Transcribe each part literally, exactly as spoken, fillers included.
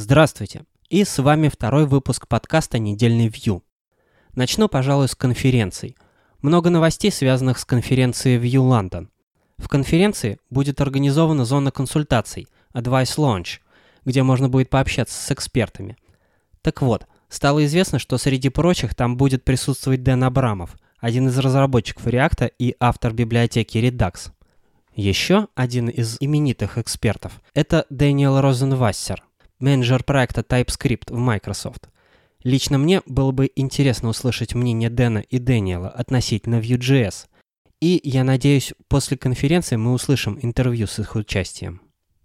Здравствуйте! И с вами второй выпуск подкаста «Недельный Vue». Начну, пожалуй, с конференций. Много новостей, связанных с конференцией Vue London. В конференции будет организована зона консультаций Advice Lounge, где можно будет пообщаться с экспертами. Так вот, стало известно, что среди прочих там будет присутствовать Дэн Абрамов, один из разработчиков React и автор библиотеки Redux. Еще один из именитых экспертов – это Дэниел Розенвассер, менеджер проекта TypeScript в Microsoft. Лично мне было бы интересно услышать мнение Дэна и Дэниела относительно Vue.js, и я надеюсь, после конференции мы услышим интервью с их участием.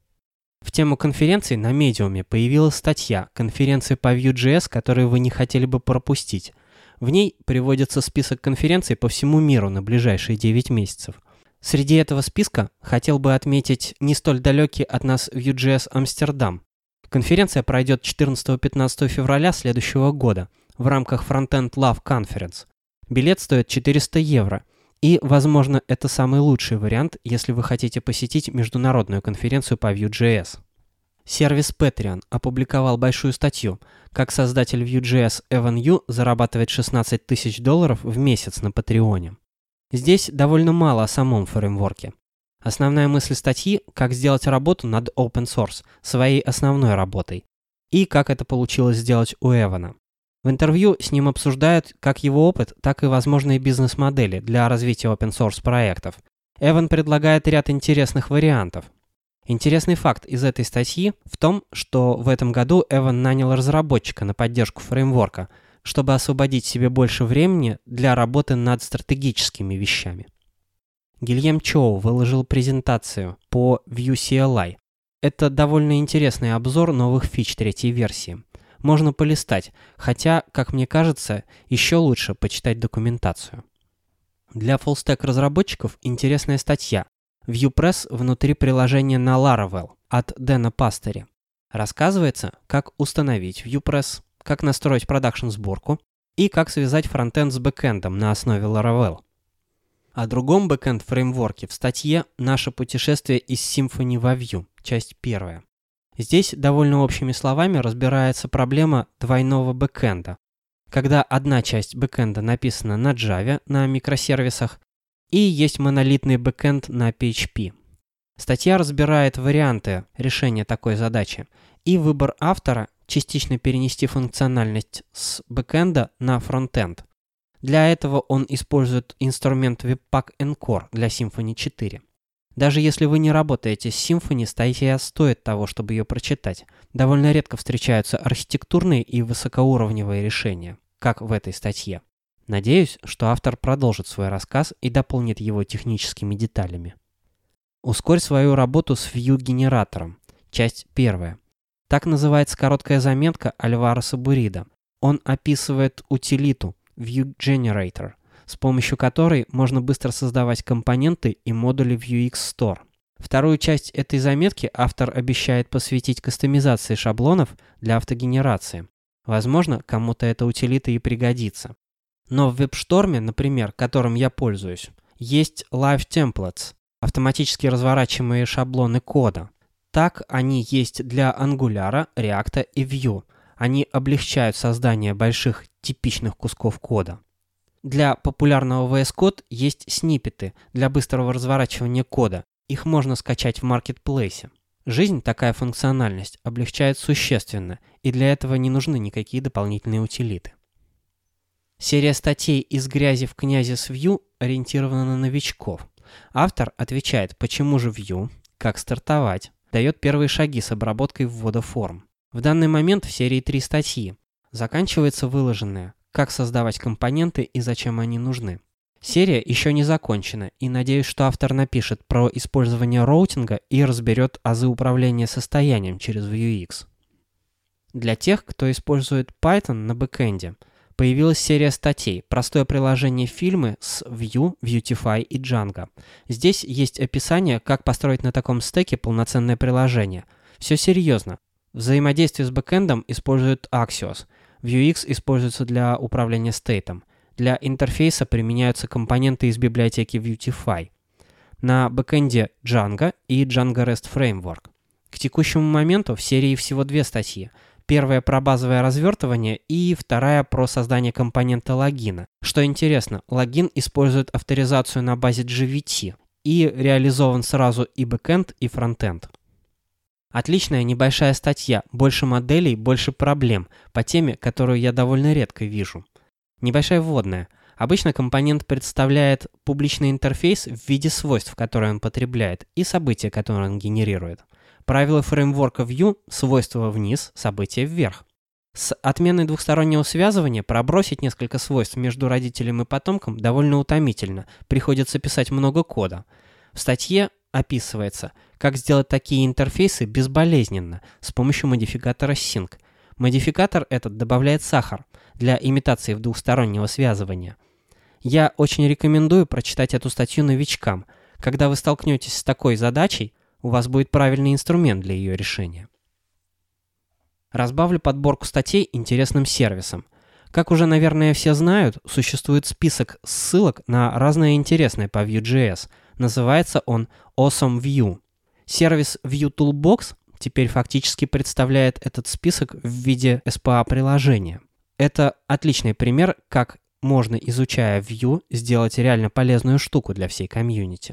В тему конференции на Medium появилась статья «Конференции по Vue.js, которые вы не хотели бы пропустить». В ней приводится список конференций по всему миру на ближайшие девять месяцев. Среди этого списка хотел бы отметить не столь далекий от нас Vue.js Амстердам. Конференция пройдет четырнадцатого-пятнадцатого февраля следующего года в рамках Frontend Love Conference. Билет стоит четыреста евро, и, возможно, это самый лучший вариант, если вы хотите посетить международную конференцию по Vue.js. Сервис Patreon опубликовал большую статью, как создатель Vue.js Эван Ю зарабатывает шестнадцать тысяч долларов в месяц на Патреоне. Здесь довольно мало о самом фреймворке. Основная мысль статьи – как сделать работу над open source своей основной работой, и как это получилось сделать у Эвана. В интервью с ним обсуждают как его опыт, так и возможные бизнес-модели для развития open source проектов. Эван предлагает ряд интересных вариантов. Интересный факт из этой статьи в том, что в этом году Эван нанял разработчика на поддержку фреймворка, чтобы освободить себе больше времени для работы над стратегическими вещами. Гильем Чоу выложил презентацию по Vue си эл ай. Это довольно интересный обзор новых фич третьей версии. Можно полистать, хотя, как мне кажется, еще лучше почитать документацию. Для фуллстек-разработчиков интересная статья VuePress внутри приложения на Laravel от Дэна Пастери. Рассказывается, как установить VuePress, как настроить продакшн-сборку и как связать фронтенд с бэкэндом на основе Laravel. О другом бэкэнд-фреймворке в статье «Наше путешествие из Symfony во Vue», часть первая. Здесь довольно общими словами разбирается проблема двойного бэкэнда, когда одна часть бэкэнда написана на Java, на микросервисах, и есть монолитный бэкэнд на пи эйч пи. Статья разбирает варианты решения такой задачи и выбор автора частично перенести функциональность с бэкэнда на фронтенд. Для этого он использует инструмент Webpack Encore для Symfony четыре. Даже если вы не работаете с Symfony, статья стоит того, чтобы ее прочитать. Довольно редко встречаются архитектурные и высокоуровневые решения, как в этой статье. Надеюсь, что автор продолжит свой рассказ и дополнит его техническими деталями. Ускорь свою работу с Vue-генератором. Часть первая. Так называется короткая заметка Альвареса Бурида. Он описывает утилиту Vue Generator, с помощью которой можно быстро создавать компоненты и модули Vuex Store. Вторую часть этой заметки автор обещает посвятить кастомизации шаблонов для автогенерации. Возможно, кому-то эта утилита и пригодится. Но в WebStorm, например, которым я пользуюсь, есть Live Templates, автоматически разворачиваемые шаблоны кода. Так они есть для Angular, React и Vue. Они облегчают создание больших типичных кусков кода. Для популярного ви эс Code есть сниппеты для быстрого разворачивания кода. Их можно скачать в маркетплейсе. Жизнь такая функциональность облегчает существенно, и для этого не нужны никакие дополнительные утилиты. Серия статей «Из грязи в князи с Vue» ориентирована на новичков. Автор отвечает, почему же Vue, как стартовать, дает первые шаги с обработкой ввода форм. В данный момент в серии три статьи. Заканчивается выложенное, как создавать компоненты и зачем они нужны. Серия еще не закончена, и надеюсь, что автор напишет про использование роутинга и разберет азы управления состоянием через Vuex. Для тех, кто использует Python на бэкэнде, появилась серия статей «Простое приложение фильмы» с Vue, Vuetify и Django. Здесь есть описание, как построить на таком стеке полноценное приложение. Все серьезно. Взаимодействие с бэкэндом используют Axios. Vuex используется для управления стейтом. Для интерфейса применяются компоненты из библиотеки Vuetify. На бэкэнде Django и Django REST Framework. К текущему моменту в серии всего две статьи. Первая про базовое развертывание и вторая про создание компонента логина. Что интересно, логин использует авторизацию на базе джи ви ти и реализован сразу и бэкэнд, и фронтенд. Отличная небольшая статья, больше моделей, больше проблем, по теме, которую я довольно редко вижу. Небольшая вводная. Обычно компонент представляет публичный интерфейс в виде свойств, которые он потребляет, и события, которые он генерирует. Правило фреймворка Vue – свойства вниз, события вверх. С отменой двухстороннего связывания пробросить несколько свойств между родителем и потомком довольно утомительно, приходится писать много кода. В статье описывается, как сделать такие интерфейсы безболезненно с помощью модификатора Sync. Модификатор этот добавляет сахар для имитации двухстороннего связывания. Я очень рекомендую прочитать эту статью новичкам. Когда вы столкнетесь с такой задачей, у вас будет правильный инструмент для ее решения. Разбавлю подборку статей интересным сервисом. Как уже, наверное, все знают, существует список ссылок на разное интересное по Vue.js. Называется он Awesome Vue. Сервис Vue Toolbox теперь фактически представляет этот список в виде эс пи эй-приложения. Это отличный пример, как можно, изучая Vue, сделать реально полезную штуку для всей комьюнити.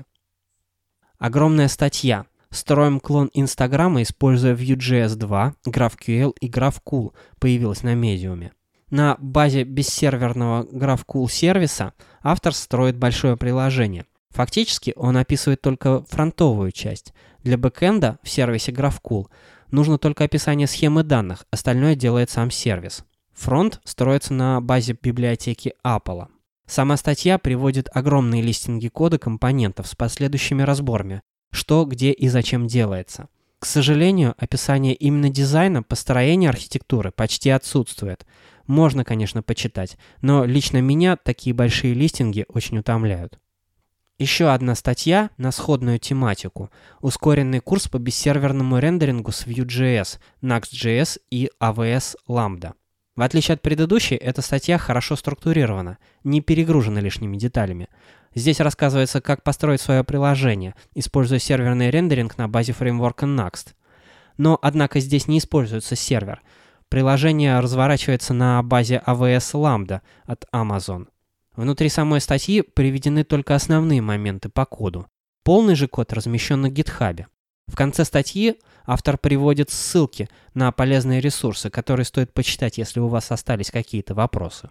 Огромная статья. Строим клон Инстаграма, используя Vue.js два, GraphQL и GraphCool, появилась на Medium. На базе бессерверного GraphCool сервиса автор строит большое приложение. Фактически он описывает только фронтовую часть. Для бэкэнда в сервисе GraphCool нужно только описание схемы данных, остальное делает сам сервис. Фронт строится на базе библиотеки Apple. Сама статья приводит огромные листинги кода компонентов с последующими разборами, что, где и зачем делается. К сожалению, описание именно дизайна, построения архитектуры почти отсутствует. Можно, конечно, почитать, но лично меня такие большие листинги очень утомляют. Еще одна статья на сходную тематику. Ускоренный курс по бессерверному рендерингу с Vue.js, Nuxt.js и эй ви эс Lambda. В отличие от предыдущей, эта статья хорошо структурирована, не перегружена лишними деталями. Здесь рассказывается, как построить свое приложение, используя серверный рендеринг на базе фреймворка Nuxt. Но, однако, здесь не используется сервер. Приложение разворачивается на базе эй ви эс Lambda от Amazon. Внутри самой статьи приведены только основные моменты по коду. Полный же код размещен на GitHub. В конце статьи автор приводит ссылки на полезные ресурсы, которые стоит почитать, если у вас остались какие-то вопросы.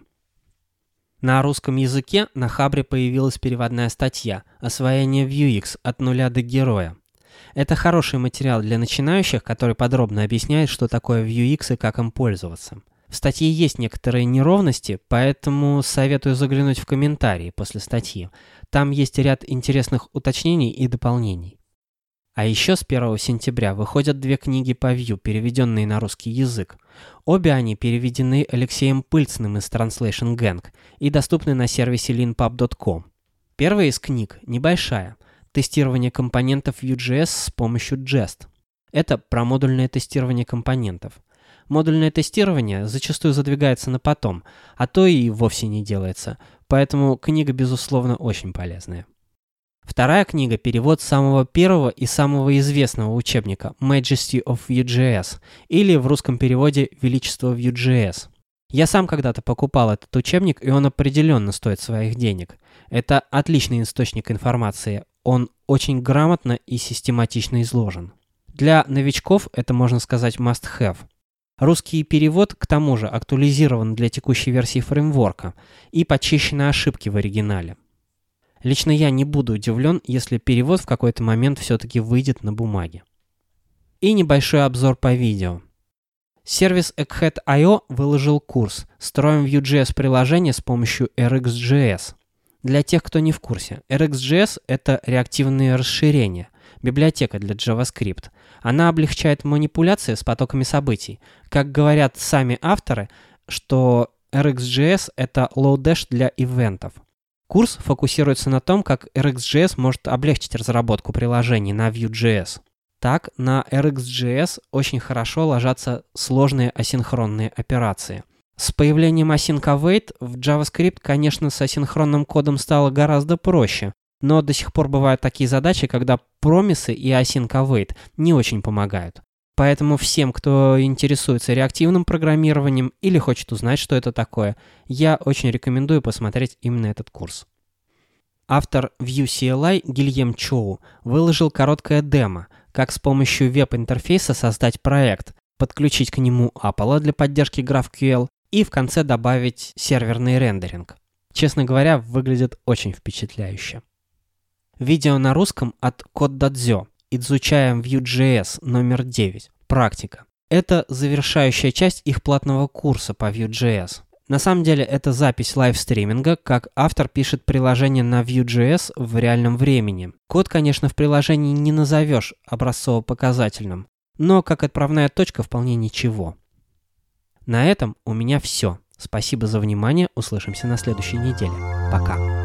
На русском языке на Хабре появилась переводная статья «Освоение Vuex от нуля до героя». Это хороший материал для начинающих, который подробно объясняет, что такое Vuex и как им пользоваться. В статье есть некоторые неровности, поэтому советую заглянуть в комментарии после статьи. Там есть ряд интересных уточнений и дополнений. А еще с первого сентября выходят две книги по Vue, переведенные на русский язык. Обе они переведены Алексеем Пыльцным из Translation Gang и доступны на сервисе leanpub точка ком. Первая из книг небольшая. Тестирование компонентов Vue.js с помощью Jest. Это про модульное тестирование компонентов. Модульное тестирование зачастую задвигается на потом, а то и вовсе не делается, поэтому книга, безусловно, очень полезная. Вторая книга – перевод самого первого и самого известного учебника Majesty of Vue.js, или в русском переводе Величество Vue.js. Я сам когда-то покупал этот учебник, и он определенно стоит своих денег. Это отличный источник информации, он очень грамотно и систематично изложен. Для новичков это, можно сказать, must-have. Русский перевод, к тому же, актуализирован для текущей версии фреймворка и почищены ошибки в оригинале. Лично я не буду удивлен, если перевод в какой-то момент все-таки выйдет на бумаге. И небольшой обзор по видео. Сервис Egghead точка ай о выложил курс «Строим Vue.js приложение с помощью эр икс джей эс». Для тех, кто не в курсе, эр икс джей эс – это реактивные расширения, библиотека для JavaScript. Она облегчает манипуляции с потоками событий. Как говорят сами авторы, что эр икс джей эс – это Lodash для ивентов. Курс фокусируется на том, как эр икс джей эс может облегчить разработку приложений на Vue.js. Так, на эр икс джей эс очень хорошо ложатся сложные асинхронные операции. С появлением async-await в JavaScript, конечно, с асинхронным кодом стало гораздо проще, но до сих пор бывают такие задачи, когда промисы и async-await не очень помогают. Поэтому всем, кто интересуется реактивным программированием или хочет узнать, что это такое, я очень рекомендую посмотреть именно этот курс. Автор Vue си эл ай Гильем Чоу выложил короткое демо, как с помощью веб-интерфейса создать проект, подключить к нему Apollo для поддержки GraphQL и в конце добавить серверный рендеринг. Честно говоря, выглядит очень впечатляюще. Видео на русском от Code.Zio. Изучаем Vue.js номер девять. Практика. Это завершающая часть их платного курса по Vue.js. На самом деле это запись лайвстриминга, как автор пишет приложение на Vue.js в реальном времени. Код, конечно, в приложении не назовешь образцово-показательным, но как отправная точка вполне ничего. На этом у меня все. Спасибо за внимание, услышимся на следующей неделе. Пока.